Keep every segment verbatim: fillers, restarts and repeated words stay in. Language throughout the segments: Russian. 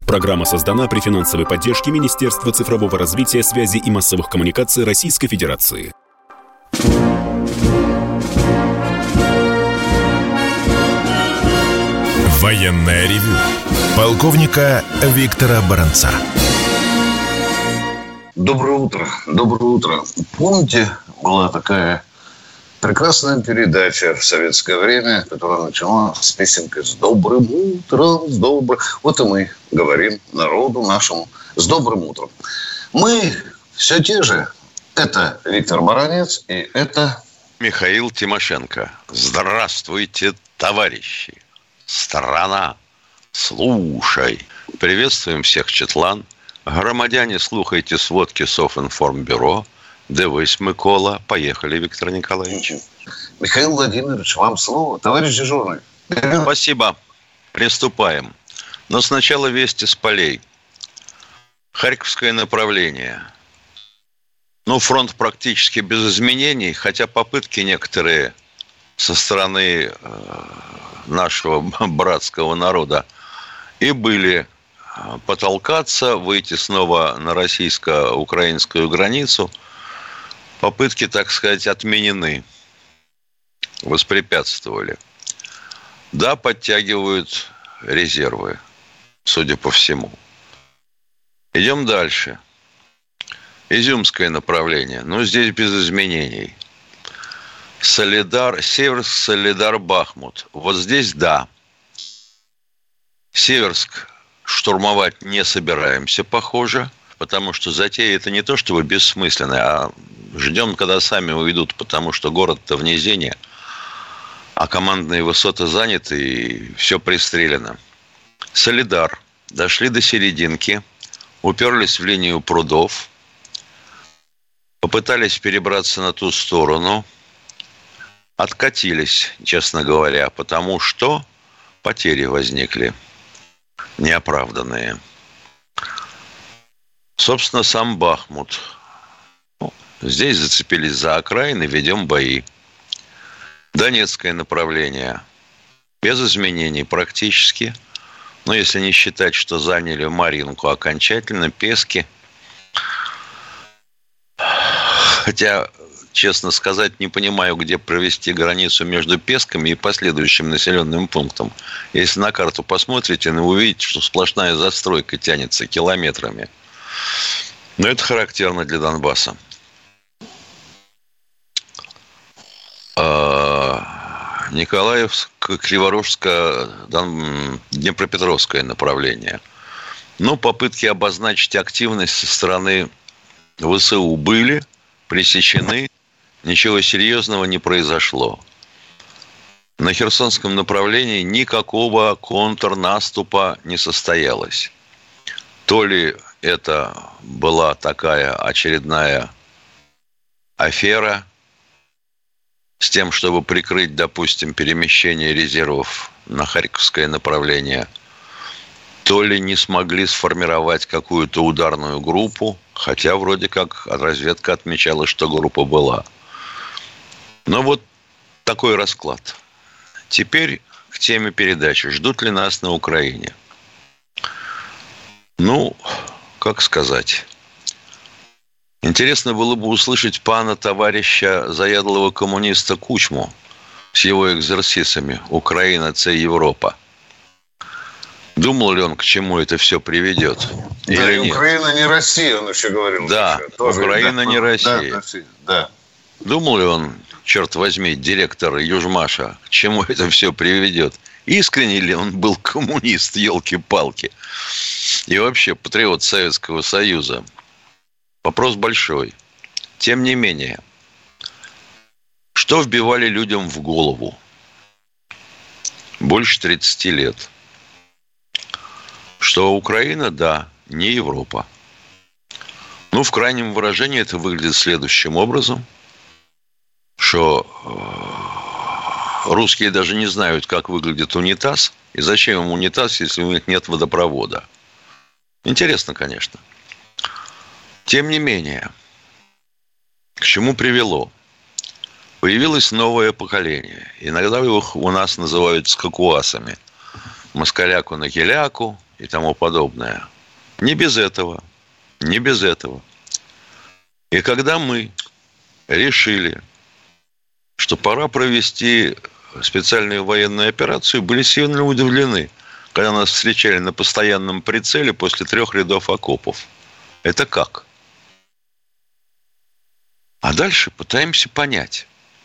Программа создана при финансовой поддержке Министерства цифрового развития, связи и массовых коммуникаций Российской Федерации. Военное ревю полковника Виктора Баранца. Доброе утро. Доброе утро. Помните, была такая прекрасная передача в советское время, которая начала с песенкой «С добрым утром, с добрым...» Вот и мы говорим народу нашему «С добрым утром». Мы все те же. Это Виктор Баранец и это... Михаил Тимошенко. Здравствуйте, товарищи. Страна, слушай. Приветствуем всех, Четлан. Громадяне, слухайте сводки Софинформбюро. Дивись, Микола. Поехали, Виктор Николаевич. Михаил Владимирович, вам слово. Товарищ дежурный. Спасибо. Приступаем. Но сначала вести с полей. Харьковское направление. Ну, фронт практически без изменений, хотя попытки некоторые со стороны э, нашего братского народа и были потолкаться, выйти снова на российско-украинскую границу. Попытки, так сказать, отменены, воспрепятствовали. Да, подтягивают резервы, судя по всему. Идем дальше. Изюмское направление. Ну, здесь без изменений. Солидар, Северск, Солидар, Бахмут. Вот здесь да. Северск штурмовать не собираемся, похоже. Потому что затея это не то, чтобы бессмысленная, а ждем, когда сами уйдут, потому что город-то в низине, а командные высоты заняты и все пристрелено. Солидар. Дошли до серединки, уперлись в линию прудов, попытались перебраться на ту сторону, откатились, честно говоря, потому что потери возникли неоправданные. Собственно, сам Бахмут. Ну, здесь зацепились за окраины, ведем бои. Донецкое направление. Без изменений практически. Но если не считать, что заняли Марьинку окончательно, Пески. Хотя, честно сказать, не понимаю, где провести границу между Песками и последующим населенным пунктом. Если на карту посмотрите, вы увидите, что сплошная застройка тянется километрами. Но это характерно для Донбасса. Николаевск, Криворожское, Днепропетровское направление. Но попытки обозначить активность со стороны ВСУ были, пресечены, ничего серьезного не произошло. На Херсонском направлении никакого контрнаступа не состоялось. То ли это была такая очередная афера с тем, чтобы прикрыть, допустим, перемещение резервов на Харьковское направление, то ли не смогли сформировать какую-то ударную группу, хотя вроде как разведка отмечала, что группа была. Но вот такой расклад. Теперь к теме передачи. Ждут ли нас на Украине? Ну, как сказать. Интересно было бы услышать пана товарища заядлого коммуниста Кучму с его экзерсисами «Украина – це Европа». Думал ли он, к чему это все приведет? Да, или и нет? Украина не Россия, он еще говорил. Да, еще. Тоже, Украина да, не Россия. Да, да. Думал ли он, черт возьми, директор Южмаша, к чему это все приведет? Искренне ли он был коммунист, елки-палки? И вообще патриот Советского Союза? Вопрос большой. Тем не менее, что вбивали людям в голову больше тридцати лет? Что Украина, да, не Европа. Ну, в крайнем выражении это выглядит следующим образом, что русские даже не знают, как выглядит унитаз, и зачем им унитаз, если у них нет водопровода. Интересно, конечно. Тем не менее, к чему привело? Появилось новое поколение. Иногда их у нас называют скакуасами. Москаляку на геляку, и тому подобное. Не без этого. Не без этого. И когда мы решили, что пора провести специальную военную операцию, были сильно удивлены, когда нас встречали на постоянном прицеле после трех рядов окопов. Это как? А дальше пытаемся понять.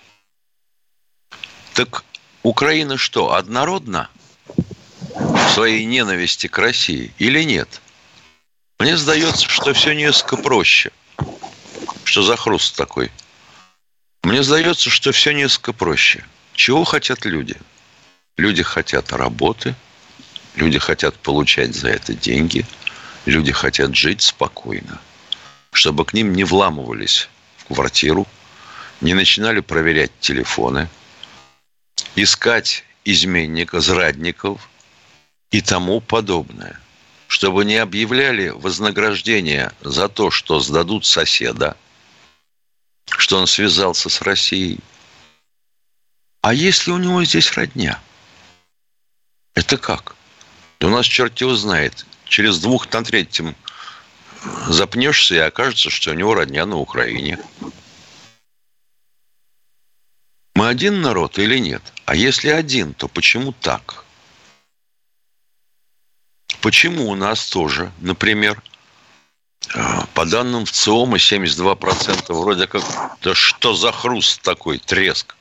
Так Украина что, однородна в своей ненависти к России или нет? Мне сдается, что все несколько проще. Что за хруст такой? Мне сдается, что все несколько проще. Чего хотят люди? Люди хотят работы, люди хотят получать за это деньги, люди хотят жить спокойно, чтобы к ним не вламывались в квартиру, не начинали проверять телефоны, искать изменников, зрадников и тому подобное. Чтобы не объявляли вознаграждение за то, что сдадут соседа, что он связался с Россией. А если у него здесь родня? Это как? Да у нас черт его знает. Через двух на третьем запнешься, и окажется, что у него родня на Украине. Мы один народ или нет? А если один, то почему так? Почему у нас тоже, например, по данным ВЦИОМа семьдесят два процента вроде как... Да что за хруст такой, треск?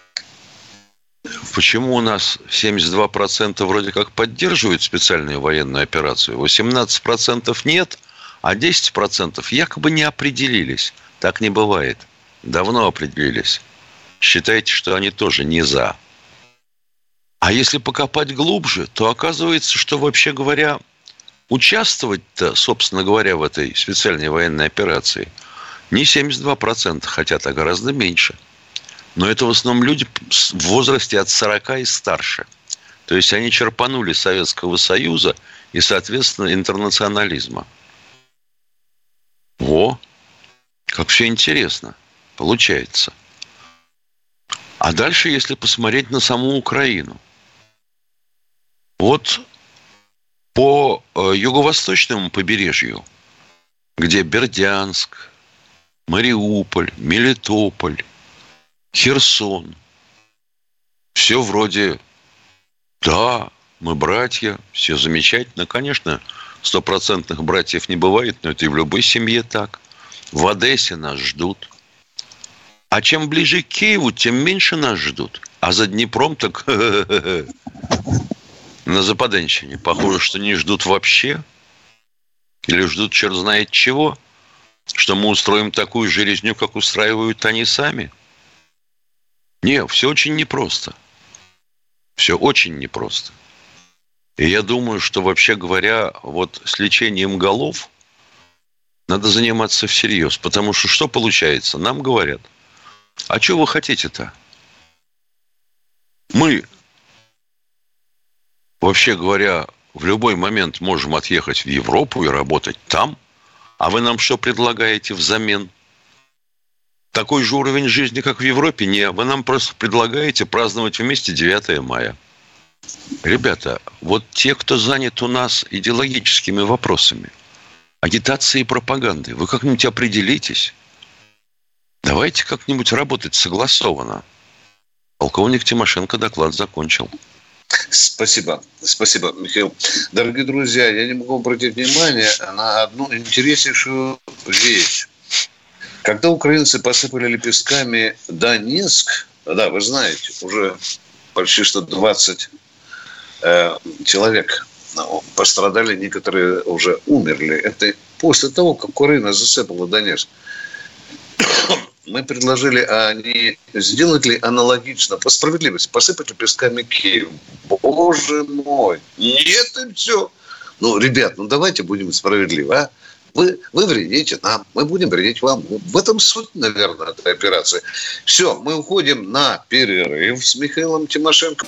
Почему у нас семьдесят два процента вроде как поддерживают специальную военную операцию, восемнадцать процентов нет, а десять процентов якобы не определились? Так не бывает. Давно определились. Считайте, что они тоже не за. А если покопать глубже, то оказывается, что, вообще говоря, участвовать-то, собственно говоря, в этой специальной военной операции не семьдесят два процента хотят, а гораздо меньше. Но это в основном люди в возрасте от сорока и старше. То есть они черпанули Советского Союза и, соответственно, интернационализма. Во! Как все интересно получается. А дальше, если посмотреть на саму Украину. Вот по юго-восточному побережью, где Бердянск, Мариуполь, Мелитополь, Херсон, все вроде, да, мы братья, все замечательно. Конечно, стопроцентных братьев не бывает, но это и в любой семье так. В Одессе нас ждут. А чем ближе к Киеву, тем меньше нас ждут. А за Днепром так на Западенщине. Похоже, что не ждут вообще. Или ждут черт знает чего. Что мы устроим такую же резню, как устраивают они сами. Не, все очень непросто. Все очень непросто. И я думаю, что, вообще говоря, вот с лечением голов надо заниматься всерьез. Потому что что получается? Нам говорят: а что вы хотите-то? Мы, вообще говоря, в любой момент можем отъехать в Европу и работать там. А вы нам что предлагаете взамен? Такой же уровень жизни, как в Европе? Не, вы нам просто предлагаете праздновать вместе девятое мая. Ребята, вот те, кто занят у нас идеологическими вопросами, агитацией и пропагандой, вы как-нибудь определитесь. Давайте как-нибудь работать согласованно. Полковник Тимошенко доклад закончил. Спасибо. Спасибо, Михаил. Дорогие друзья, я не могу обратить внимание на одну интереснейшую вещь. Когда украинцы посыпали лепестками Донецк, да, вы знаете, уже почти что двадцать э, человек пострадали, некоторые уже умерли. Это после того, как Украина засыпала Донецк. Мы предложили, а не сделать ли аналогично, по справедливости, посыпать лепестками Киев. Боже мой! Нет, и все. Ну, ребят, ну давайте будем справедливы, а? Вы, вы вредите нам, мы будем вредить вам. В этом суть, наверное, этой операции. Все, мы уходим на перерыв с Михаилом Тимошенко.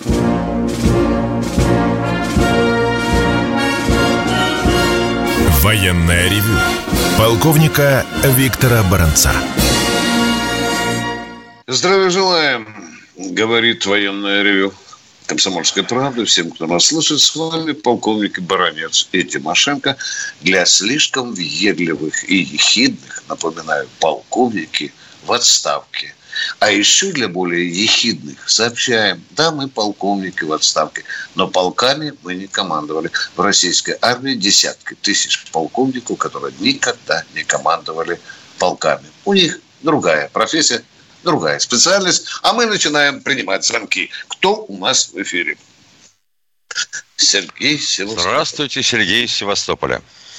Военное ревю полковника Виктора Баранца. Здравия желаем, говорит военное ревю. «Комсомольской правды». Всем, кто нас слышит, с вами полковник Баранец и Тимошенко. Для слишком въедливых и ехидных, напоминаю, полковники в отставке. А еще для более ехидных сообщаем: да, мы полковники в отставке, но полками мы не командовали. В российской армии десятки тысяч полковников, которые никогда не командовали полками. У них другая профессия, другая специальность. А мы начинаем принимать звонки. Кто у нас в эфире? Сергей Севастополь. Здравствуйте, Сергей из Севастополя.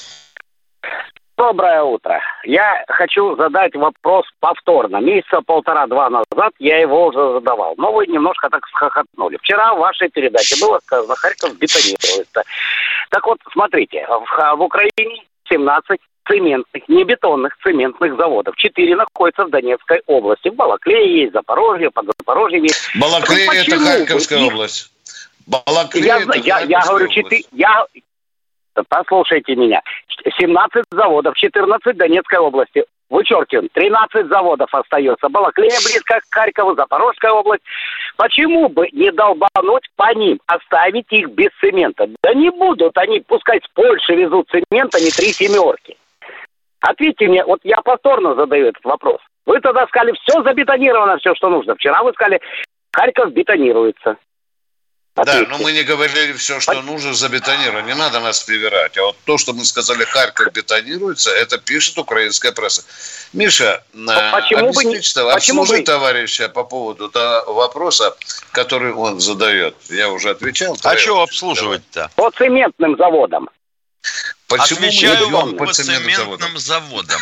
Доброе утро. Я хочу задать вопрос повторно. Месяца полтора-два назад я его уже задавал. Но вы немножко так схохотнули. Вчера в вашей передаче было сказано, Харьков бетонируется. Так вот, смотрите, в, в Украине семнадцать цементных, не бетонных, цементных заводов. Четыре находятся в Донецкой области. В Балаклее есть, Запорожье, под Запорожьем есть. Балаклея – это Харьковская их... область. Балаклея я, – это я, я говорю, четыре... Я... Послушайте меня. семнадцать заводов, четырнадцать в Донецкой области. Вычеркиваем. тринадцать заводов остается. Балаклея близко к Харькову, Запорожская область. Почему бы не долбануть по ним, оставить их без цемента? Да не будут они, пускай с Польши везут цемент, а не три семерки. Ответьте мне, вот я повторно задаю этот вопрос. Вы тогда сказали, все забетонировано, все, что нужно. Вчера вы сказали, Харьков бетонируется. Ответьте. Да, но мы не говорили все, что нужно забетонировать. Не надо нас привирать. А вот то, что мы сказали, Харьков бетонируется, это пишет украинская пресса. Миша, почему обеспечь, бы, обслужи бы... товарища по поводу того вопроса, который он задает. Я уже отвечал. А что обслуживать-то? По цементным заводам. Почему Отвечаю мы вам по, по цементным цементным заводам.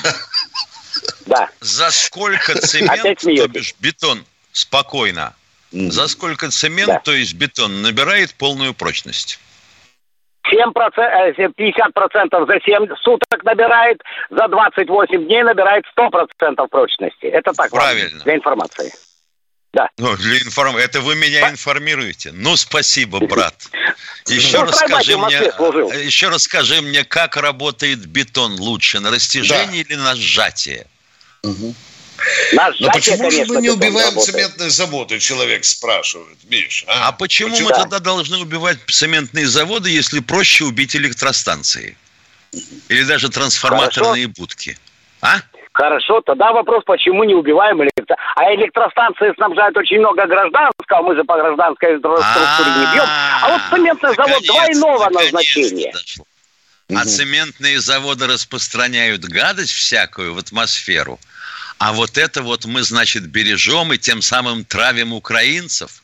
Да. За сколько цемент, то бишь бетон, спокойно. За сколько цемент, да. то есть бетон, набирает полную прочность? семь процентов, пятьдесят процентов за семь суток набирает, за двадцать восемь дней набирает сто процентов прочности. Это так. Правильно. Для информации. Да. Ну, для информ... Это вы меня информируете. Ну, спасибо, брат. Еще раз скажи мне, еще раз скажи мне, как работает бетон лучше, на растяжение или на сжатие? Угу. Но почему конечно, же мы не убиваем цементные заводы, человек спрашивает, Миш? А, а почему, почему мы тогда должны убивать цементные заводы, если проще убить электростанции? Или даже трансформаторные Хорошо. будки? А? Хорошо, тогда вопрос, почему не убиваем электростанции? А электростанции снабжают очень много гражданского, мы же по гражданской инфраструктуре не бьем. А вот цементный завод двойного назначения. А цементные заводы распространяют гадость всякую в атмосферу. А вот это вот мы, значит, бережем и тем самым травим украинцев.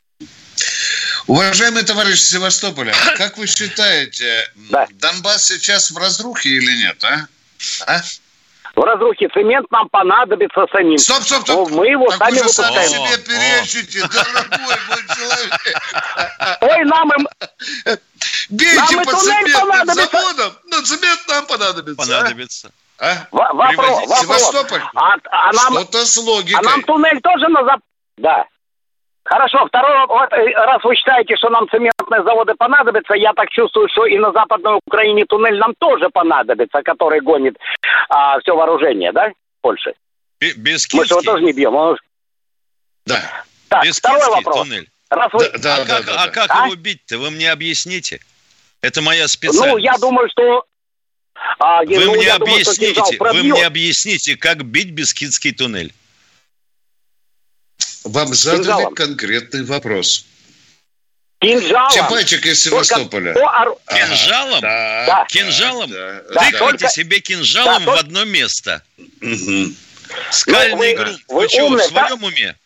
Уважаемый товарищ Севастополя, как вы считаете, да. Донбасс сейчас в разрухе или нет, а? а? В разрухе цемент нам понадобится самим. Стоп, стоп, стоп. Мы его так сами вы же выпускаем. сами себе перечите, дорогой мой человек. Ой, нам им... Бейте по цементным заводам, но цемент нам понадобится. Понадобится. А? Вопрос, вопрос. А, а нам, Что-то с логикой. А нам туннель тоже на зап... Да. Хорошо, второй вот, раз вы считаете, что нам цементные заводы понадобятся, я так чувствую, что и на Западной Украине туннель нам тоже понадобится, который гонит а, все вооружение, да, Польши? Бескидский. Мы же его тоже не бьем. Он... Да. Так, Бескидский второй вопрос. Туннель. Раз вы... да, да, а да, как, да, а да. как а? его бить-то? Вы мне объясните. Это моя специальность. Ну, я думаю, что... А, вы, ну, мне думаю, объясните, вы мне объясните, как бить Бескидский туннель. Вам задали Кинжалом. конкретный вопрос. Кинжалом. Чапайчик из Севастополя. Ор... Кинжалом? Да. Да. Кинжалом? Да. Тыкайте Только... себе кинжалом да, в одно место. Угу. Скальный ну, грунт. Вы, вы, вы что, умный, в своем да? уме?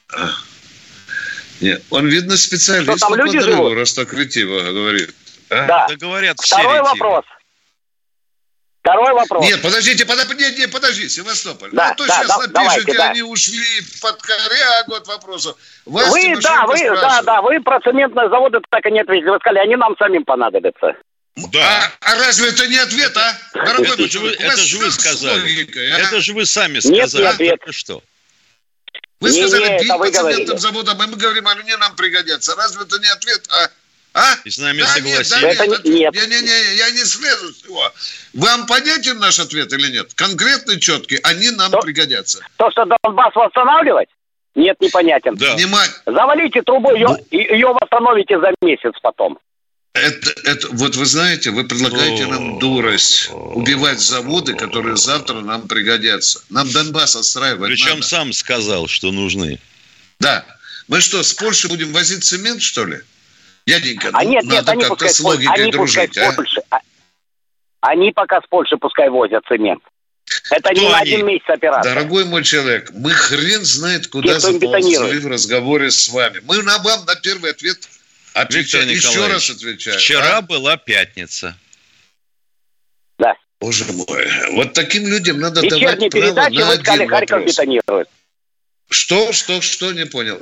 Нет, он, видно, специалист по подрыву, раз так ретиво говорит. А? Да. Да говорят все Второй ретивы. вопрос. Второй вопрос. Нет, подождите, подожди, нет, нет, подожди, Севастополь. Да, а то да, сейчас да, напишите, давайте, да. они ушли под корягу от вопросов. Вас Вы, да, вы, да, да, вы про цементные заводы так и не ответили. Вы сказали, они нам самим понадобятся. Да. А, а разве это не ответ, а? Дорогой это же вы, это же вы сказали. Логикой, а? Это же вы сами Нет, сказали. не ответ. Это что? Вы не, сказали, не, бить по цементным говорили. заводам, и мы говорим, они нам пригодятся. Разве это не ответ, а? А? И с нами да, согласились. Нет, да, это нет, нет. Не, не, не, я не слезу с него. Вам понятен наш ответ или нет? Конкретный, четкий, они нам то, пригодятся. То, что Донбасс восстанавливать? Нет, непонятен. Да. Внимание. Завалите трубу, ее, ее восстановите за месяц потом. Это, это, вот вы знаете, вы предлагаете нам дурость. Убивать заводы, которые завтра нам пригодятся. Нам Донбасс отстраивать Причем надо. сам сказал, что нужны. Да. Мы что, с Польши будем возить цемент, что ли? Дяденька, А ну, нет, нет, надо они как-то пускай, с логикой они дружить, пускай а? с Польши. а- Они пока с Польши пускай возят цемент. Это Кто не на они? один месяц операция. Дорогой мой человек, мы хрен знает, куда Те, кто им заползли бетонирует. в разговоре с вами. Мы на вам на первый ответ Виктор отвечаем. Еще Николаевич, раз отвечаю. вчера а? была пятница. Да. Боже мой, вот таким людям надо давать Вечерней право передачи на вы сказали, один Харьков вопрос. бетонирует. Что, что, что, не понял.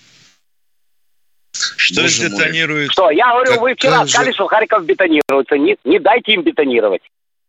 Что Боже мой. детонирует? Что? Я говорю, Как- вы вчера как же- сказали, что Харьков бетонируется. Не, не дайте им бетонировать.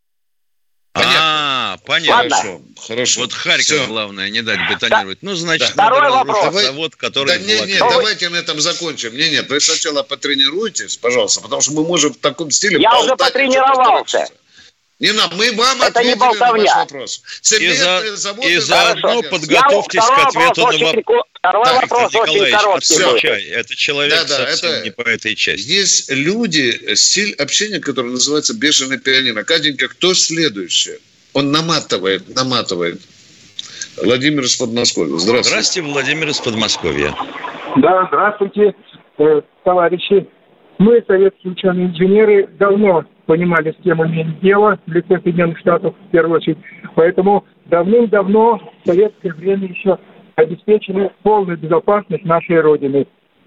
А, понятно. Ладно. Хорошо, хорошо. Вот Харьков, Всё. главное, не дать бетонировать. Ну, значит, Да. надо Второй разрушить вопрос. Давай- завод, который... Да нет, блокирует. нет, давайте на этом закончим. Нет, нет, вы сначала потренируйтесь, пожалуйста, потому что мы можем в таком стиле Я уже болтать, потренировался. что Не надо, мы вам Это не ответили на болтовня. ваш вопрос. И, за, Цементные заводы и заодно возродятся. подготовьтесь Я- к второй ответу вопрос на очень вопрос. ко- Второй Так, вопрос Виктор очень Николаевич, короткий будет. отвечай. Это человек Да, да, совсем это- не по этой части. Есть люди, стиль общения, который называется бешеный пианино. Катенька, кто следующий? Он наматывает, наматывает. Владимир из Подмосковья. Здравствуйте. Здравствуйте, Владимир из Подмосковья. Да, здравствуйте, э, товарищи. Мы, советские ученые-инженеры, давно понимали, с кем имеем дело в лице Соединенных Штатов, в первую очередь. Поэтому давным-давно, в советское время еще обеспечена полная безопасность нашей Родины.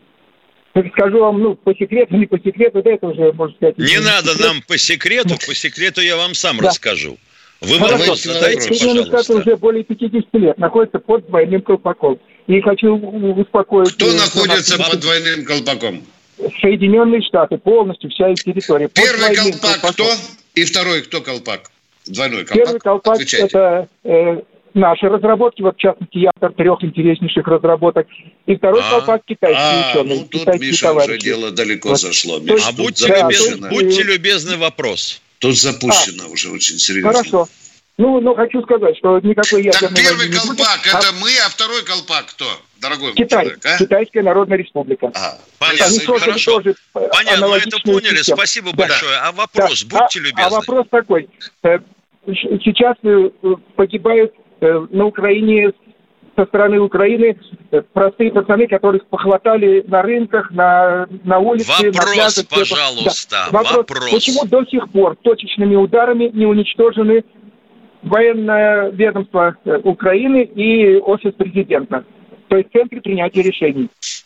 Скажу вам, ну, по секрету, не по секрету, да, это уже, можно сказать... Не надо секрет. нам по секрету, по секрету я вам сам Да. расскажу. Вы Хорошо. вопрос задайте, Соединенные Штаты пожалуйста. уже более пятьдесят лет находятся под двойным колпаком. И хочу успокоить... Кто э, находится наших- под двойным колпаком? Соединенные Штаты, полностью вся их территория. под Первый двойным колпак колпаком. кто? И второй кто колпак? Двойной колпак? Первый колпак Отвечайте. это э, наши разработки, вот в частности я автор трех интереснейших разработок. И второй А, колпак китайские А, ученые, ну тут, китайские Миша, уже товарищи. дело далеко Вот. зашло. То Миша, есть- А тут будьте, Да, любезны, запущено. то есть- будьте любезны, вопрос. Тут запущено уже очень серьезно. Хорошо. Ну, ну, хочу сказать, что никакой Так ядерной первый войны не будет. колпак А это мы, а второй колпак кто? Дорогой мой Китай, человек, а? Китайская Народная Республика. А, Понятно, Они создали хорошо. тоже, э, Понятно, мы это аналогичную поняли. систему. Спасибо Да. большое. А вопрос, Да. будьте А- любезны. А вопрос такой. Э, щ- Сейчас э, погибают э, на Украине, со стороны Украины, э, простые пацаны, которых похватали на рынках, на, на улице, на Вопрос, пляжах. пожалуйста, Да. Вопрос. вопрос. Почему до сих пор точечными ударами не уничтожены военное ведомство э, Украины и офис президента? То есть в центре принятия решений.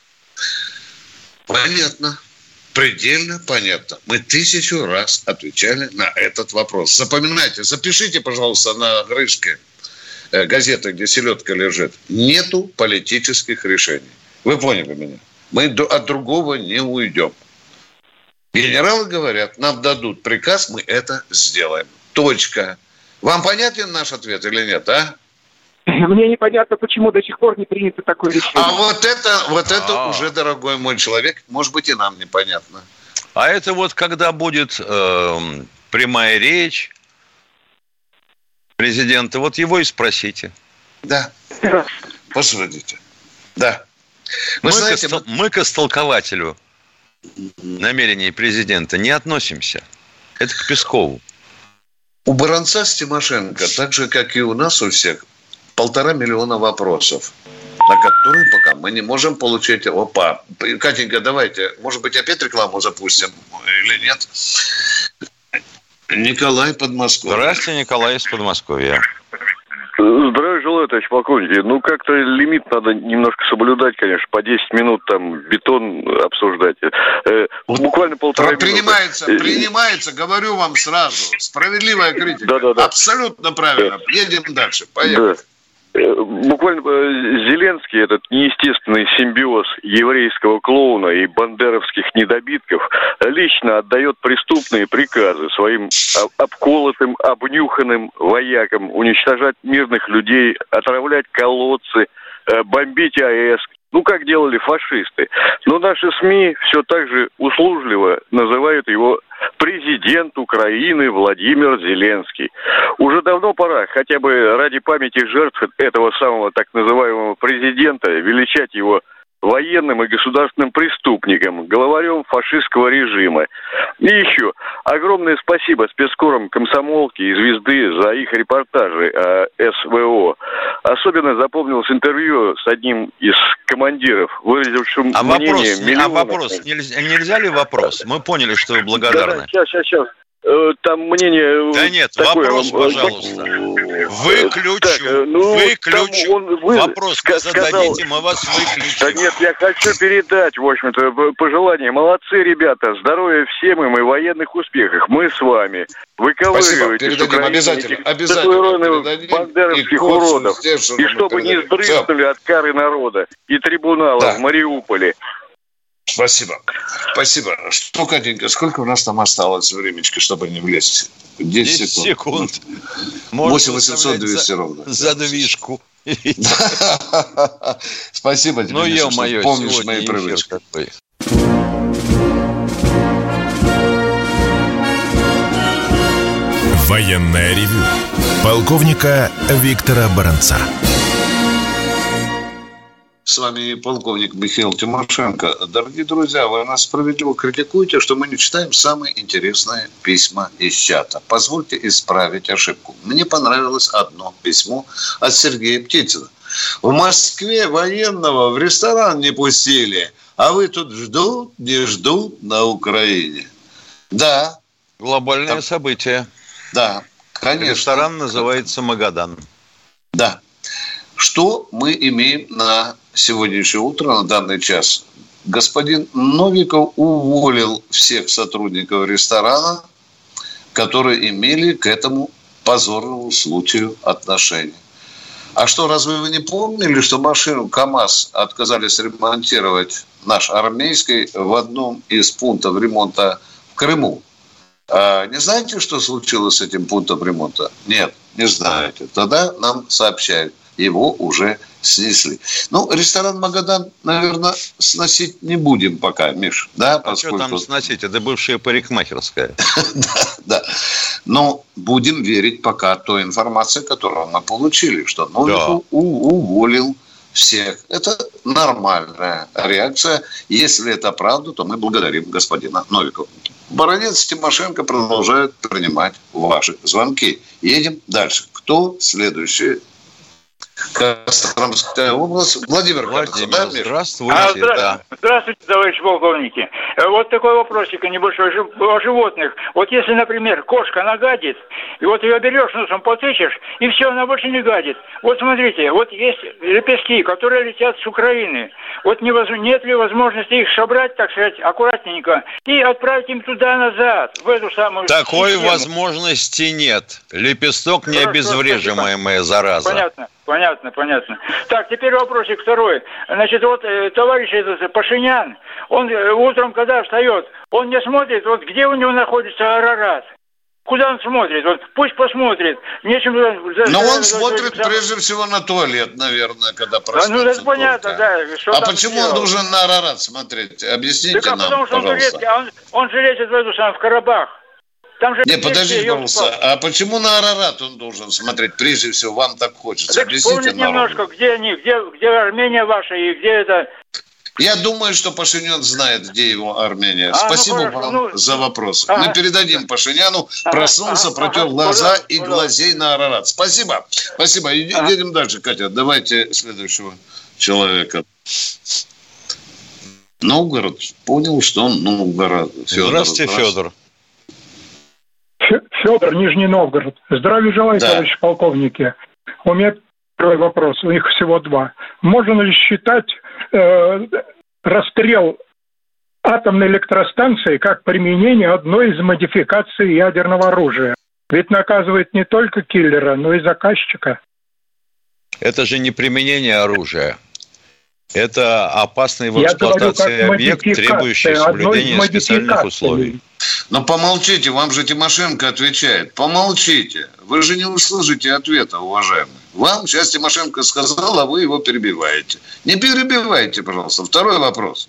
понятно. Предельно понятно. Мы тысячу раз отвечали на этот вопрос. Запоминайте, запишите, пожалуйста, на крышке э, газеты, где селедка лежит. Нету политических решений. Вы поняли меня? Мы до- от другого не уйдем. Генералы говорят, нам дадут приказ, мы это сделаем. Точка. Вам понятен наш ответ или нет, а? Мне непонятно, почему до сих пор не принято такое решение. А вот это, вот это А. уже, дорогой мой человек, может быть, и нам непонятно. А это вот когда будет эм, прямая речь президента, вот его и спросите. Да. Посмотрите. Да. Вы Мы, знаете, к, истол- мы к истолкователю намерений президента не относимся. Это к Пескову. у Баранца с Тимошенко, так же, как и у нас у всех, полтора миллиона вопросов, на которые пока мы не можем получить. Опа, Катенька, давайте, может быть, опять рекламу запустим или нет? Николай, Подмосковье. Здравствуйте, Николай из Подмосковья. Здравия желаю, товарищ полковник. Ну, как-то лимит надо немножко соблюдать, конечно. По десять минут там бетон обсуждать. Э, Вот буквально полтора минуты. Принимается, Э, принимается, говорю вам сразу. Справедливая критика. Да-да-да. Абсолютно правильно. Едем дальше. Поехали. Да. Э, Буквально э, Зеленский, этот неестественный симбиоз еврейского клоуна и бандеровских недобитков, лично отдает преступные приказы своим об- обколотым, обнюханным воякам уничтожать мирных людей, отравлять колодцы, э, бомбить АЭС, Ну, как делали фашисты. Но наши СМИ все так же услужливо называют его президент Украины Владимир Зеленский. Уже давно пора, хотя бы ради памяти жертв этого самого так называемого президента, величать его военным и государственным преступником, главарем фашистского режима. И еще огромное спасибо спецкорам «Комсомолки» и «Звезды» за их репортажи о СВО. Особенно запомнилось интервью с одним из командиров, выразившим а мнение вопрос, миллионов. А вопрос, нельзя, нельзя ли вопрос? Мы поняли, что вы благодарны. Да, сейчас, сейчас, сейчас. Там мнение... Да нет, такое, вопрос, он, пожалуйста. Выключу, так, ну, выключу. Он, вы, вопрос ска- зададите, мы вас выключим. Да нет, я хочу передать, в общем-то, пожелания. Молодцы, ребята, здоровья всем им и военных успехов. Мы с вами. Выковыривайте с Украины обязательно, этих обязательно бандеровских уродов. И чтобы не сдрыгнули от кары народа и трибунала да. в Мариуполе. Спасибо. Спасибо. Что, Катенька, сколько у нас там осталось времечко, чтобы не влезть? десять секунд. восемь восемьсот двести ровно. Задвижку. Спасибо тебе, Миша, что помнишь мои привычки. Военное ревю полковника Виктора Баранца. С вами полковник Михаил Тимошенко. Дорогие друзья, вы нас справедливо критикуете, что мы не читаем самые интересные письма из чата. Позвольте исправить ошибку. Мне понравилось одно письмо от Сергея Птицына. В Москве военного в ресторан не пустили, а вы тут ждут, не ждут на Украине. Да. Глобальное там... событие. Да, конечно. Ресторан называется «Магадан». Да. Что мы имеем на сегодняшнее утро, на данный час? Господин Новиков уволил всех сотрудников ресторана, которые имели к этому позорному случаю отношение. А что, разве вы не помнили, что машину КАМАЗ отказались ремонтировать наш армейский в одном из пунктов ремонта в Крыму? А не знаете, что случилось с этим пунктом ремонта? Нет, не знаете. Тогда нам сообщают. Его уже снесли. Ну, ресторан «Магадан», наверное, сносить не будем пока, Миш. Да, а поскольку... что там сносить? Это бывшая парикмахерская. Да, да. Но будем верить пока той информации, которую мы получили, что Новиков уволил всех. Это нормальная реакция. Если это правда, то мы благодарим господина Новикова. Баранец и Тимошенко продолжают принимать ваши звонки. Едем дальше. Кто следующий? Костромская область. Владимир, Владимир, да, здравствуйте. А, здра... да. Здравствуйте, товарищи полковники. Вот такой вопросик небольшой о животных. Вот если, например, кошка нагадит, и вот ее берешь, носом потычешь, и все, она больше не гадит. Вот смотрите, вот есть лепестки, которые летят с Украины. Вот не воз... нет ли возможности их собрать, так сказать, аккуратненько, и отправить им туда-назад, в эту самую Такой систему? возможности нет. Лепесток не обезвреживаемая зараза. Понятно. Понятно, понятно. Так, теперь вопросик второй. Значит, вот э, товарищ этот Пашинян, он э, утром, когда встает, он не смотрит, вот где у него находится Арарат. Куда он смотрит? Вот пусть посмотрит. Нечем... Но он смотрит прежде всего на туалет, наверное, когда проснется. Да, ну, это понятно, да. Что а почему сделал? Он должен на Арарат смотреть? Объясните так, нам, потому, что пожалуйста. Он, он, он же лезет в эту самую, в Карабах. Там же не, подождите, пожалуйста, а почему на Арарат он должен смотреть? Прежде всего, вам так хочется. Так вспомните немножко, где они, где, где Армения ваша и где это... Я думаю, что Пашинян знает, где его Армения. А, Спасибо ну, вам ну, за вопрос. Ага. Мы передадим Пашиняну. Ага, проснулся, ага, протер ага, глаза пожалуйста, и пожалуйста. Глазей на Арарат. Спасибо. Спасибо. Ага. Едем дальше, Катя. Давайте следующего человека. Новгород. Понял, что он Новгород. Федор. Здравствуйте, Федор. Федор, Нижний Новгород. Здравия желаю, да. Товарищи полковники. У меня первый вопрос, у них всего два. Можно ли считать э, расстрел атомной электростанции как применение одной из модификаций ядерного оружия? Ведь наказывает не только киллера, но и заказчика. Это же не применение оружия. Это опасный в эксплуатации объект, требующий соблюдения специальных условий. Но помолчите, вам же Тимошенко отвечает. Помолчите. Вы же не услышите ответа, уважаемые. Вам сейчас Тимошенко сказал, а вы его перебиваете. Не перебивайте, пожалуйста. Второй вопрос.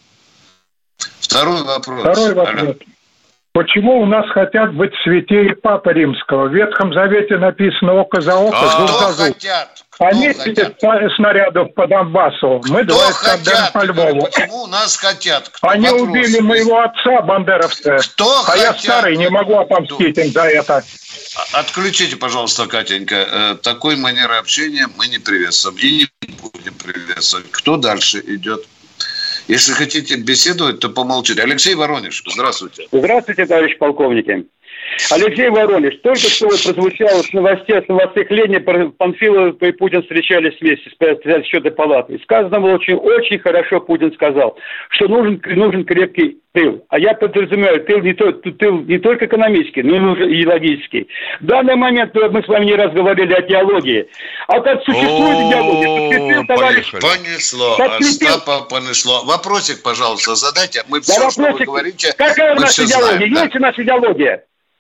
Второй вопрос. Второй вопрос. Алло. Почему у нас хотят быть святее Папы Римского? В Ветхом Завете написано око за око, зуб за зуб. Хотят? Кто Они хотят? снарядов по Донбассу. Мы Кто двадцать хотят? по Львову. Почему нас хотят? Кто Они вопрос? убили моего отца, бандеровцы. Кто а хотят? я старый, не могу отомстить им за это. Отключите, пожалуйста, Катенька. Такой манеры общения мы не приветствуем. И не будем приветствовать. Кто дальше идет? Если хотите беседовать, то помолчите. Алексей Воронеж, здравствуйте. Здравствуйте, товарищ полковники. Алексей Воронеж, только что прозвучало с новостей, с новостных лений, Панфилов и Путин встречались вместе с счетной палатой. Сказано было очень, очень хорошо, Путин сказал, что нужен, нужен крепкий тыл. А я подразумеваю, тыл не, то, тыл не только экономический, но и логический. В данный момент мы с вами не раз говорили о диалоге. А как существует диалог? Понесло, Остапа понесло. Вопросик, пожалуйста, задайте. Мы все, что вы говорите, какая у нас идеология? Есть у нас идеология?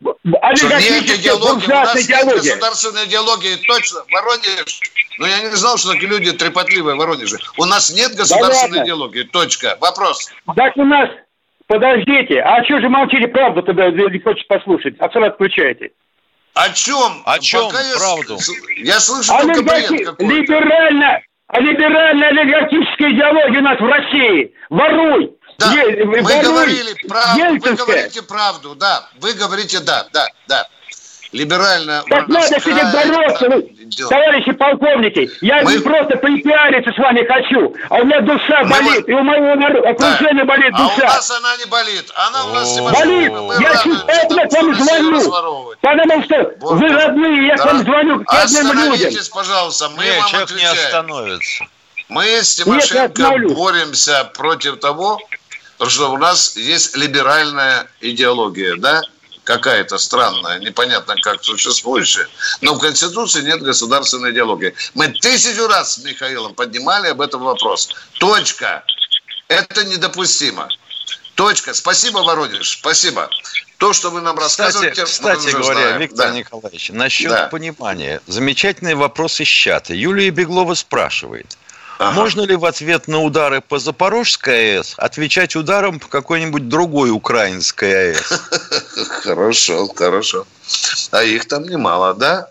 Нет идеологии, у нас нет государственной идеологии, точно, Воронеж. Но я не знал, что такие люди трепотливые в Воронеже. У нас нет государственной да идеологии, точка. Вопрос. Так у нас, подождите, а что же молчите, правду тогда не хочешь послушать, а сразу отключаете? О чем? О чем Пока правду? Я, я слышу а только бред какой-то. Либерально, а либеральная олигархическая идеология у нас в России. Воруй! Да, Е- мы воруй, говорили правду, Ельцинская. вы говорите правду, да, вы говорите да, да, да. Либерально. Так надо с этим бороться, вы, товарищи полковники. Я мы... не просто припиариться с вами хочу, а у меня душа мы... болит, и у моего народа, окружения да. болит душа. А у нас она не болит, она у нас О-о-о. болит. Мы я чувствую, я к вам звоню, потому что вот. Вы родные, я да. к вам звоню к родным людям. Остановитесь, пожалуйста, мы Нет, вам человек отвечаем. не остановится. Мы с Тимошенко боремся против того, что у нас есть либеральная идеология, да? Какая-то странная, непонятно как существующая, но в Конституции нет государственной идеологии. Мы тысячу раз с Михаилом поднимали об этом вопрос. Точка. Это недопустимо. Точка. Спасибо, Воронеж. Спасибо. То, что вы нам рассказываете, кстати, кстати говоря, знаем. Виктор да. Николаевич, насчет да. понимания. Замечательный вопрос из чата. Юлия Беглова спрашивает. Ага. Можно ли в ответ на удары по Запорожской АЭС отвечать ударом по какой-нибудь другой украинской АЭС? Хорошо, хорошо. А их там немало, да,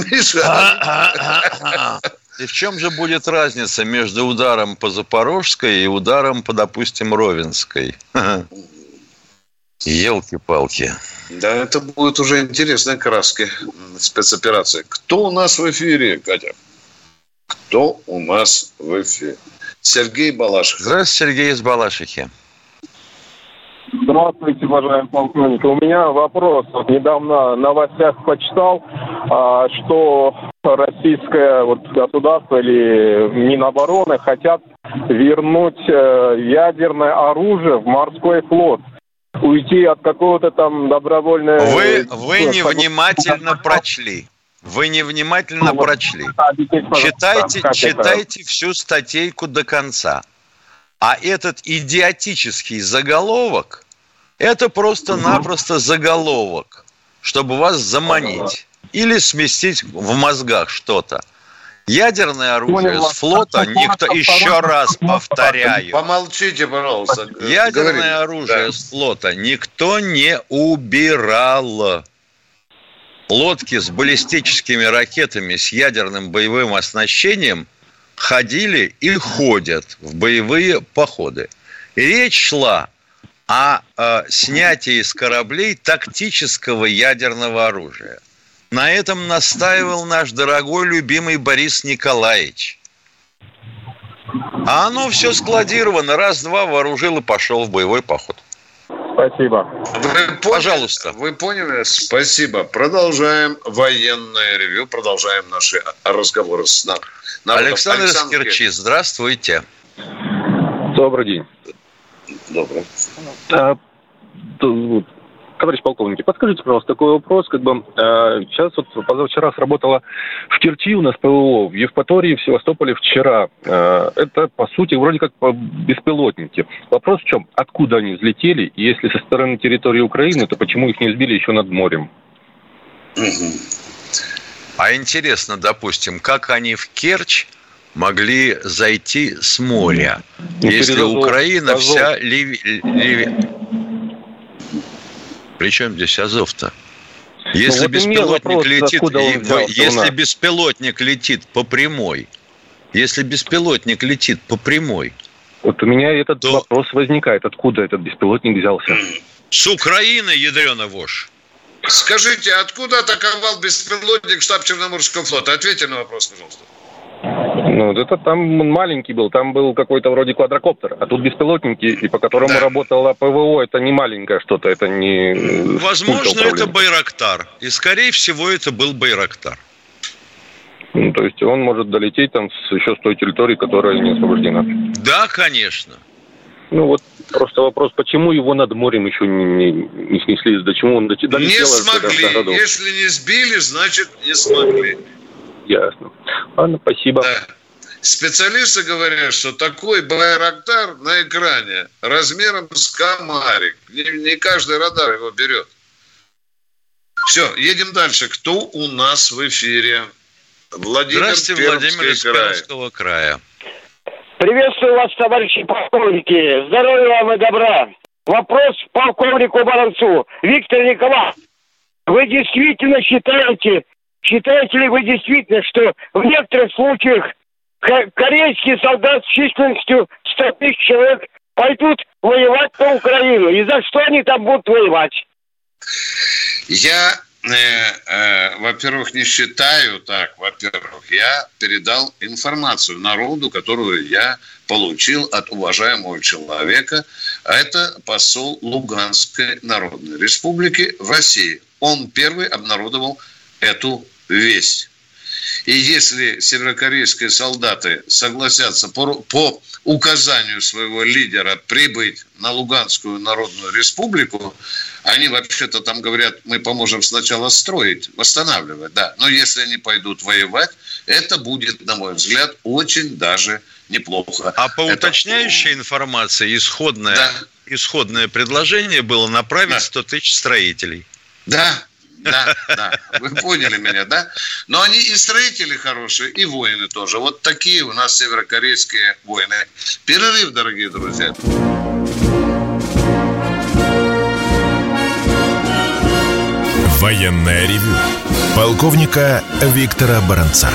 Миша? И в чем же будет разница между ударом по Запорожской и ударом по, допустим, Ровенской? Елки-палки. Да, это будет уже интересной краски спецоперации. Кто у нас в эфире, Катя? Кто у нас в эфире? Сергей Балаших. Здравствуйте, Сергей из Балашихи. Здравствуйте, уважаемый полковник. У меня вопрос. Вот недавно в новостях почитал, что российское вот государство или Минобороны хотят вернуть ядерное оружие в морской флот. Уйти от какого-то там добровольного... Вы, вы невнимательно прочли. Вы невнимательно прочли. Читайте, читайте всю статейку до конца. А этот идиотический заголовок – это просто-напросто заголовок, чтобы вас заманить или сместить в мозгах что-то. Ядерное оружие с флота никто, еще раз повторяю. Помолчите, пожалуйста. Ядерное Говорите. оружие да. с флота никто не убирал. Лодки с баллистическими ракетами, с ядерным боевым оснащением ходили и ходят в боевые походы. И речь шла о э, снятии с кораблей тактического ядерного оружия. На этом настаивал наш дорогой, любимый Борис Николаевич. А оно все складировано. Раз-два вооружил и пошел в боевой поход. Спасибо. Вы поняли? Пожалуйста. Вы поняли? Спасибо. Продолжаем военное ревью, продолжаем наши разговоры с народом. Александр, Александр из Керчи, здравствуйте. Добрый день. Добрый. А, товарищ полковник, подскажите, пожалуйста, такой вопрос. Как бы, э, сейчас вот позавчера сработала в Керчи у нас ПВО, в Евпатории, в Севастополе вчера. Э, это, по сути, вроде как беспилотники. Вопрос в чем? Откуда они взлетели? И если со стороны территории Украины, то почему их не сбили еще над морем? Угу. А интересно, допустим, как они в Керчь могли зайти с моря, ну, если Украина Азов. вся ливи... ливи... Причем здесь Азов-то? Если ну, вот беспилотник вопрос, летит, и, если беспилотник летит по прямой, если беспилотник летит по прямой, вот у меня этот то... вопрос возникает, откуда этот беспилотник взялся? С Украины, ядрёна вошь. Скажите, откуда атаковал беспилотник штаб Черноморского флота? Ответьте на вопрос, пожалуйста. Ну, это там маленький был, там был какой-то вроде квадрокоптер, а тут беспилотники, и по которому да. работало ПВО, это не маленькое что-то, это не... Возможно, это Байрактар, и, скорее всего, это был Байрактар. Ну, то есть он может долететь там с, еще с той территории, которая не освобождена. Да, конечно. Ну, вот просто вопрос, почему его над морем еще не, не, не снесли, до чему он долетел? Не смогли, если не сбили, значит, не смогли. Ясно. Ладно, спасибо. Да. Специалисты говорят, что такой Байрактар на экране размером с комарик. Не, не каждый радар его берет. Все, едем дальше. Кто у нас в эфире? Владимир. Здравствуйте, Владимир из Пермского края. Приветствую вас, товарищи полковники. Здоровья вам и добра. Вопрос полковнику Баранцу. Виктор Николаевич, вы действительно считаете, считаете ли вы действительно, что в некоторых случаях корейские солдаты с численностью сто тысяч человек пойдут воевать на Украину? И за что они там будут воевать? Я, э, э, во-первых, не считаю так. Во-первых, я передал информацию народу, которую я получил от уважаемого человека. Это посол Луганской Народной Республики в России. Он первый обнародовал эту весть. И если северокорейские солдаты согласятся по, по указанию своего лидера прибыть на Луганскую Народную Республику, они вообще-то там говорят, мы поможем сначала строить, восстанавливать, да. Но если они пойдут воевать, это будет, на мой взгляд, очень даже неплохо. А по это... уточняющей информации, исходное, да. исходное предложение было направить да. сто тысяч строителей. Да. Да, да, вы поняли меня, да? Но они и строители хорошие, и воины тоже. Вот такие у нас северокорейские воины. Перерыв, дорогие друзья. Военное ревю полковника Виктора Баранца.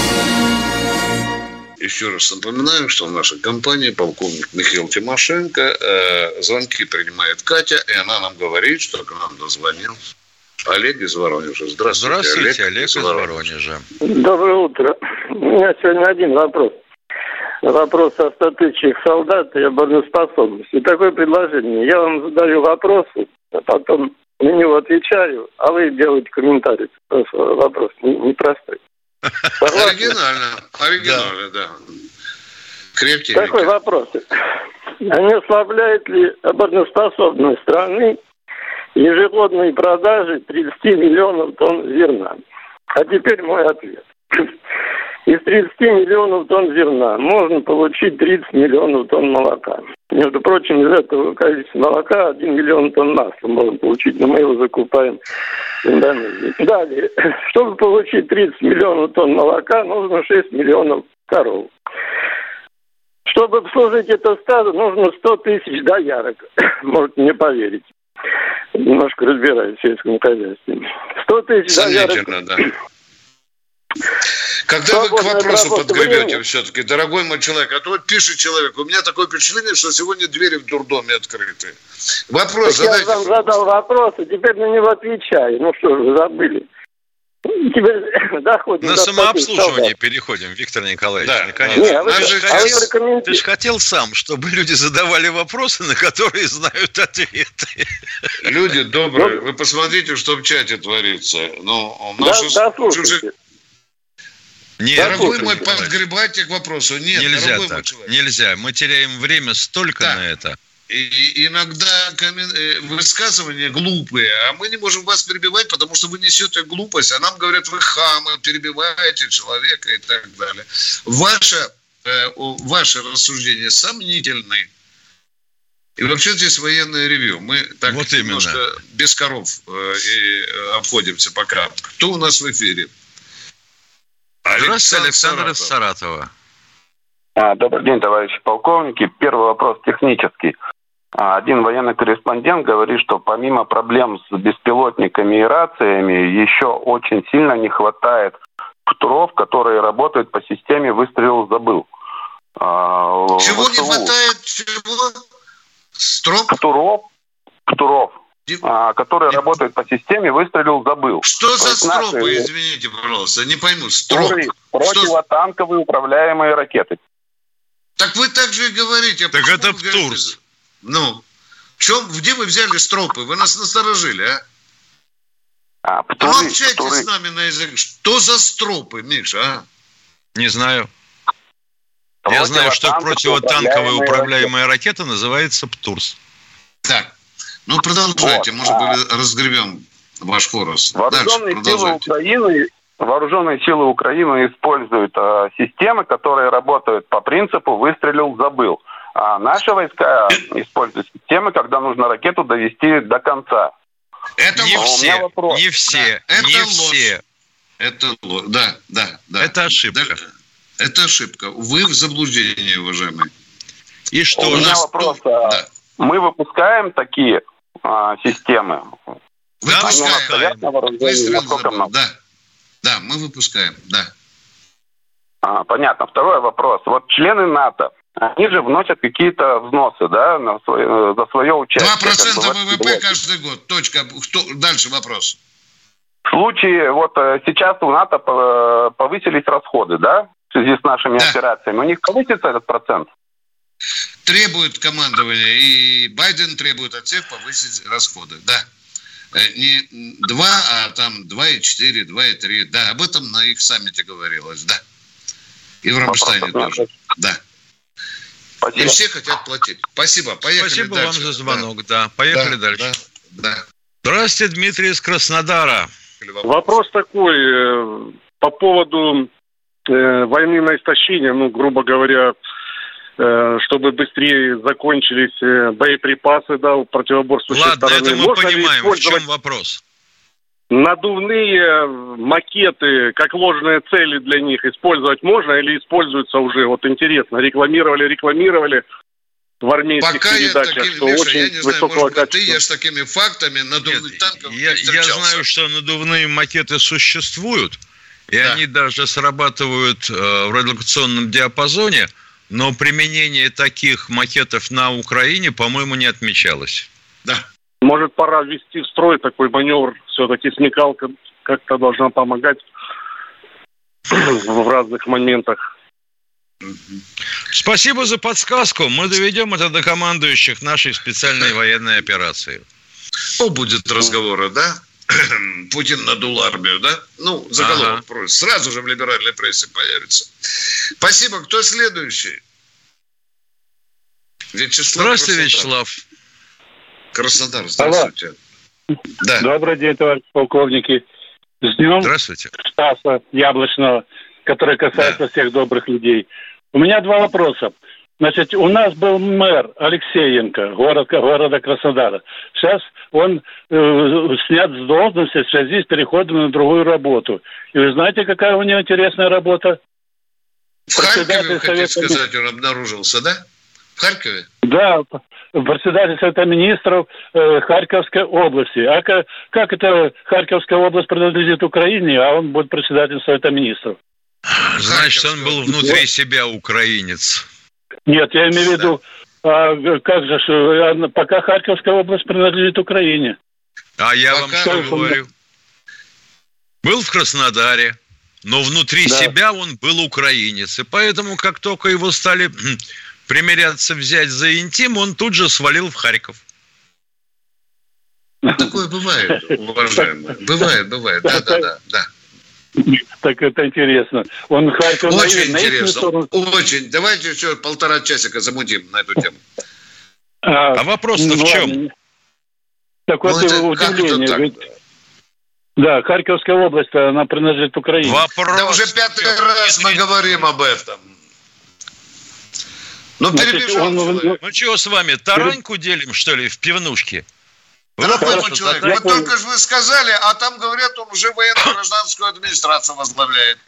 Еще раз напоминаю, что в нашей компании полковник Михаил Тимошенко. Э, звонки принимает Катя, и она нам говорит, что к нам дозвонился Олег из Воронежа. Здравствуйте, Здравствуйте, Олег, Олег из Воронежа. Доброе утро. У меня сегодня один вопрос. Вопрос о ста тысячах солдат и обороноспособности. Такое предложение. Я вам задаю вопросы, а потом на него отвечаю, а вы делаете комментарий. Вопрос непростой. Оригинально. Оригинально, да. Крепкий. Такой вопрос. А не ослабляет ли обороноспособность страны ежегодные продажи тридцать миллионов тонн зерна? А теперь мой ответ. Из тридцати миллионов тонн зерна можно получить тридцать миллионов тонн молока. Между прочим, из этого количества молока один миллион тонн масла можно получить, но мы его закупаем в Индонезии. Далее, чтобы получить тридцать миллионов тонн молока, нужно шесть миллионов коров. Чтобы обслужить это стадо, нужно сто тысяч доярок. Можете не поверить. Немножко разбираюсь в сельском хозяйстве. сто тысяч доярок. Да. Когда вы к вопросу подгребете время. Все-таки, дорогой мой человек, а то вот пишет человек, у меня такое впечатление, что сегодня двери в дурдоме открыты. Вопрос так задайте. Я вам задал вопрос, и теперь на него отвечаю. Ну что ж, вы забыли. Теперь доходим на до самообслуживание переходим, Виктор Николаевич. Да. Наконец. Не, а вы, ты, же а хотел, вы ты же хотел сам, чтобы люди задавали вопросы, на которые знают ответы. Люди добрые, вы посмотрите, что в чате творится. Ну, наши да, да, чужие... Нет, дорогой мой, подгребайте к вопросу. Нет, нельзя дорогой так, мой человек. Нельзя. Мы теряем время столько да. на это. И иногда высказывания глупые, а мы не можем вас перебивать, потому что вы несете глупость, а нам говорят, вы хамы, перебиваете человека и так далее. Ваше, э, ваше рассуждение сомнительны. И вообще здесь военное ревью. Мы так вот немножко именно. без коров э, и обходимся пока. Кто у нас в эфире? Здравствуйте, Александр из Саратова. А, добрый день, товарищи полковники. Первый вопрос технический. Один военный корреспондент говорит, что помимо проблем с беспилотниками и рациями, еще очень сильно не хватает ПТУРов, которые работают по системе «выстрелил, забыл». Чего ВСУ. Не хватает? Чего? Строп? ПТУРов, ПТУРов а, которые Дип... работают по системе «выстрелил, забыл». Что за стропы, наши... извините, пожалуйста, не пойму. Строп. Противотанковые Что... управляемые ракеты. Так вы так же и говорите. Так это ПТУРС. Ну, в чем, где вы взяли стропы? Вы нас насторожили, а? А, птуры, ну, общайтесь птуры. с нами на язык. Что за стропы, Миша, а? Не знаю. Я знаю, что противотанковая управляемая ракета называется ПТУРС. Так, ну продолжайте, вот. Может быть, разгребем ваш хворост. Вооруженные силы Украины, вооруженные силы Украины используют э, системы, которые работают по принципу «выстрелил, забыл». А наши войска используют системы, когда нужно ракету довести до конца. Это не все, не все, да, не это все. Ложь. Это ложь, да, да, да. Это ошибка. Да, это ошибка. Вы в заблуждении, уважаемые. И что? У меня вопрос. Да. Мы выпускаем такие а, системы? Выпускаем. Выстрел забыл, да. Да, мы выпускаем, да. А, понятно. Второй вопрос. Вот члены НАТО, они же вносят какие-то взносы, да, на свое, за свое участие. два процента как бы, ВВП каждый год. Точка. Что? Дальше вопрос. В случае, вот сейчас у НАТО повысились расходы, да, в связи с нашими да. операциями. У них повысится этот процент? Требует командование, и Байден требует от всех повысить расходы, да. Не два, а там два и четыре, два и три. Да, об этом на их саммите говорилось, да. И в Рамштайне тоже, да. Спасибо. И все хотят платить. Спасибо. Поехали Спасибо дальше. вам за звонок. Да, да. Поехали да, дальше. Да, да. Здравствуйте, Дмитрий из Краснодара. Вопрос такой э, по поводу э, войны на истощение, ну, грубо говоря, э, чтобы быстрее закончились э, боеприпасы, да, у противоборствующей Ладно, стороны. это мы Можно понимаем. В чем вопрос? Надувные макеты, как ложные цели для них, использовать можно или используются уже? Вот интересно, рекламировали, рекламировали в армейских Пока передачах, я таким, что Миша, очень я не знаю, высокого может быть, ты качества. я с такими фактами надувных Нет, танков я, не я знаю, что надувные макеты существуют, и да. они даже срабатывают э, в радиолокационном диапазоне, но применение таких макетов на Украине, по-моему, не отмечалось. Да. Может, пора ввести в строй такой маневр. Все-таки смекалка как-то должна помогать в разных моментах. Спасибо за подсказку. Мы доведем это до командующих нашей специальной военной операции. О, будет разговоры, да? Путин надул армию, да? Ну, заголовок ага. сразу же в либеральной прессе появится. Спасибо. Кто следующий? Вячеслав. Здравствуйте, Вячеслав. Краснодар, здравствуйте. Да. Добрый день, товарищ полковники. С днем Здравствуйте. Стаса Яблочного, который касается да. всех добрых людей. У меня два вопроса. Значит, у нас был мэр Алексеенко, город, города Краснодара. Сейчас он э, снят с должности в связи с переходом на другую работу. И вы знаете, какая у него интересная работа? В Харькове, вы хотите сказать, он обнаружился, да? В Харькове? Да, председатель Совета министров э, Харьковской области. А как, как это Харьковская область принадлежит Украине, а он будет председателем Совета министров? Значит, он был внутри себя украинец. Нет, я имею в виду, а, как же, пока Харьковская область принадлежит Украине. А я пока вам что говорю? Был в Краснодаре, но внутри да. себя он был украинец. И поэтому, как только его стали примиряться взять за интим, он тут же свалил в Харьков. Такое бывает, уважаемый. Бывает, бывает, да-да-да. да. Так это интересно. Он Харьков очень на, интересно, на очень. Давайте еще полтора часика замутим на эту тему. А, а вопрос-то ну, в чем? Ладно. Так вот, ну, удивление. Ведь... Да, Харьковская область, она принадлежит Украине. Вопрос да уже пятый раз мы говорим об этом. Ну, перебежал он, он, ну, чего с вами, тараньку делим, что ли, в пивнушке? Дорогой человек, вот только же вы сказали, а там, говорят, он уже военно-гражданскую администрацию возглавляет.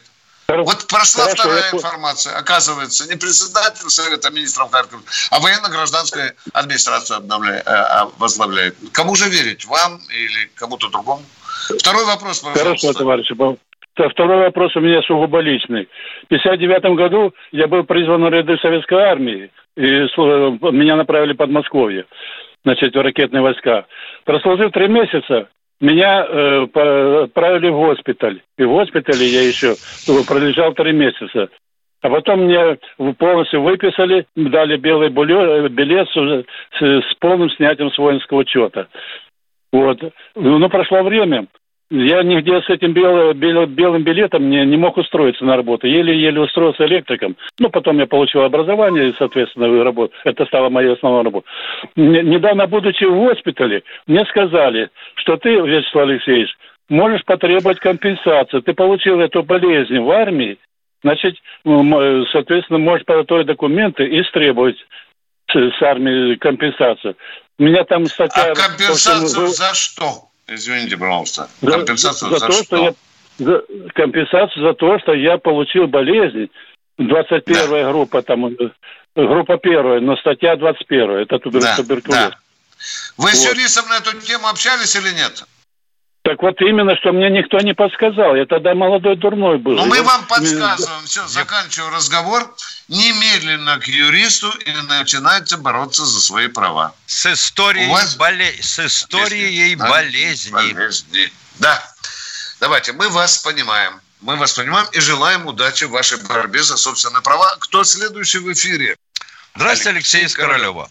Хорошо. Вот прошла Хорошо, вторая я... информация. Оказывается, не председатель Совета министров Харькова, а военно-гражданская администрация обновляет, возглавляет. Кому же верить? Вам или кому-то другому? Второй вопрос, пожалуйста. Хорошо, товарищи. Второй вопрос у меня сугубо личный. В пятьдесят девятом году я был призван в ряды советской армии, и меня направили в Подмосковье, значит, в ракетные войска. Прослужив три месяца, меня э, отправили в госпиталь. И в госпитале я еще пролежал три месяца. А потом мне полностью выписали, дали белый билет с, с полным снятием с воинского учета. Вот. Ну, прошло время. Я нигде с этим белым, белым билетом не, не мог устроиться на работу. Еле-еле устроился электриком. Ну, потом я получил образование и, соответственно, работу. Это стало моей основной работой. Недавно, будучи в госпитале, мне сказали, что ты, Вячеслав Алексеевич, можешь потребовать компенсацию. Ты получил эту болезнь в армии, значит, соответственно, можешь подготовить документы и истребовать с армии компенсацию. У меня там статья... А компенсацию за что? Извините, пожалуйста. Компенсацию за, за, за то, что? что я, за, компенсацию за то, что я получил болезнь. двадцать первая да. группа, там, группа первая, но статья двадцать первая. Это тубер, туберкулез. Да. Вы вот. С юристом на эту тему общались или нет? Так вот именно, что мне никто не подсказал. Я тогда молодой дурной был. Ну, мы я... вам подсказываем. Все, заканчиваю разговор. Немедленно к юристу и начинайте бороться за свои права. С историей, вас... боле... С историей да, болезни. болезни. Да. Давайте, мы вас понимаем. Мы вас понимаем и желаем удачи в вашей борьбе за собственные права. Кто следующий в эфире? Здравствуйте, Алексей, Алексей из Королева.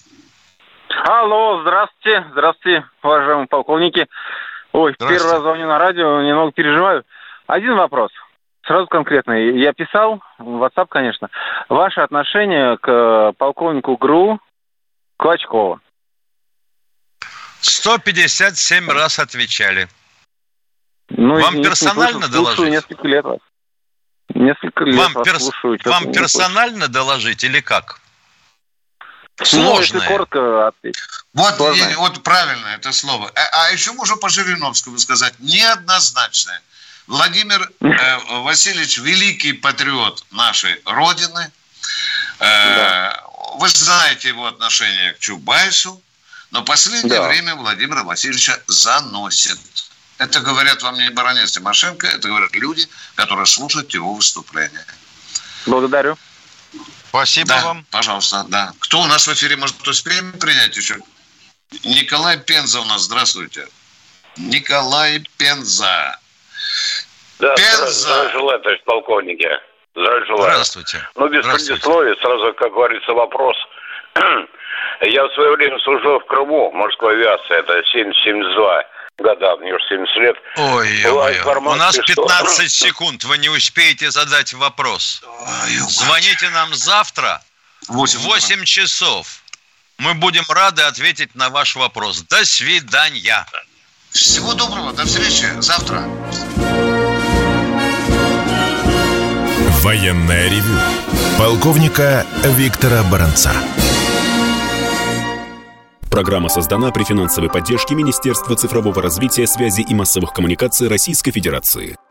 Алло, здравствуйте. Здравствуйте, уважаемые полковники. Ой, первый раз звоню на радио, немного переживаю. Один вопрос, сразу конкретный. Я писал, в WhatsApp, конечно, ваше отношение к полковнику ГРУ Клочкову. сто пятьдесят семь раз отвечали. Ну, вам персонально слушаю, доложить? Слушаю несколько лет вас. Несколько лет вам вас перс... слушаю. Вам персонально доложить или как? Сложное. Ну, если коротко ответить. Вот, и, вот правильно это слово. А, а еще можно по Жириновскому сказать неоднозначное. Владимир э, Васильевич великий патриот нашей Родины. Э, да. Вы знаете его отношение к Чубайсу, но в последнее да. время Владимира Васильевича заносит. Это говорят вам не баронец Тимошенко, это говорят люди, которые слушают его выступления. Благодарю. Спасибо да, вам. Пожалуйста, да. Кто у нас в эфире, может, успеем принять еще? Николай Пенза у нас, здравствуйте. Николай Пенза. Да, Пенза. здравия желаю, товарищ полковники. Здравия желаю. Здравствуйте. Ну, без предисловия, сразу, как говорится, вопрос. Я в свое время служил в Крыму, морской авиации, это семьдесят семьдесят два года, мне уже семьдесят лет. Ой, ой, у нас пятнадцать что... секунд, вы не успеете задать вопрос. Ой, звоните нам завтра в восемь часов. Мы будем рады ответить на ваш вопрос. До свидания. Всего доброго, до встречи завтра. Военное ревю полковника Виктора Баранца. Программа создана при финансовой поддержке Министерства цифрового развития, связи и массовых коммуникаций Российской Федерации.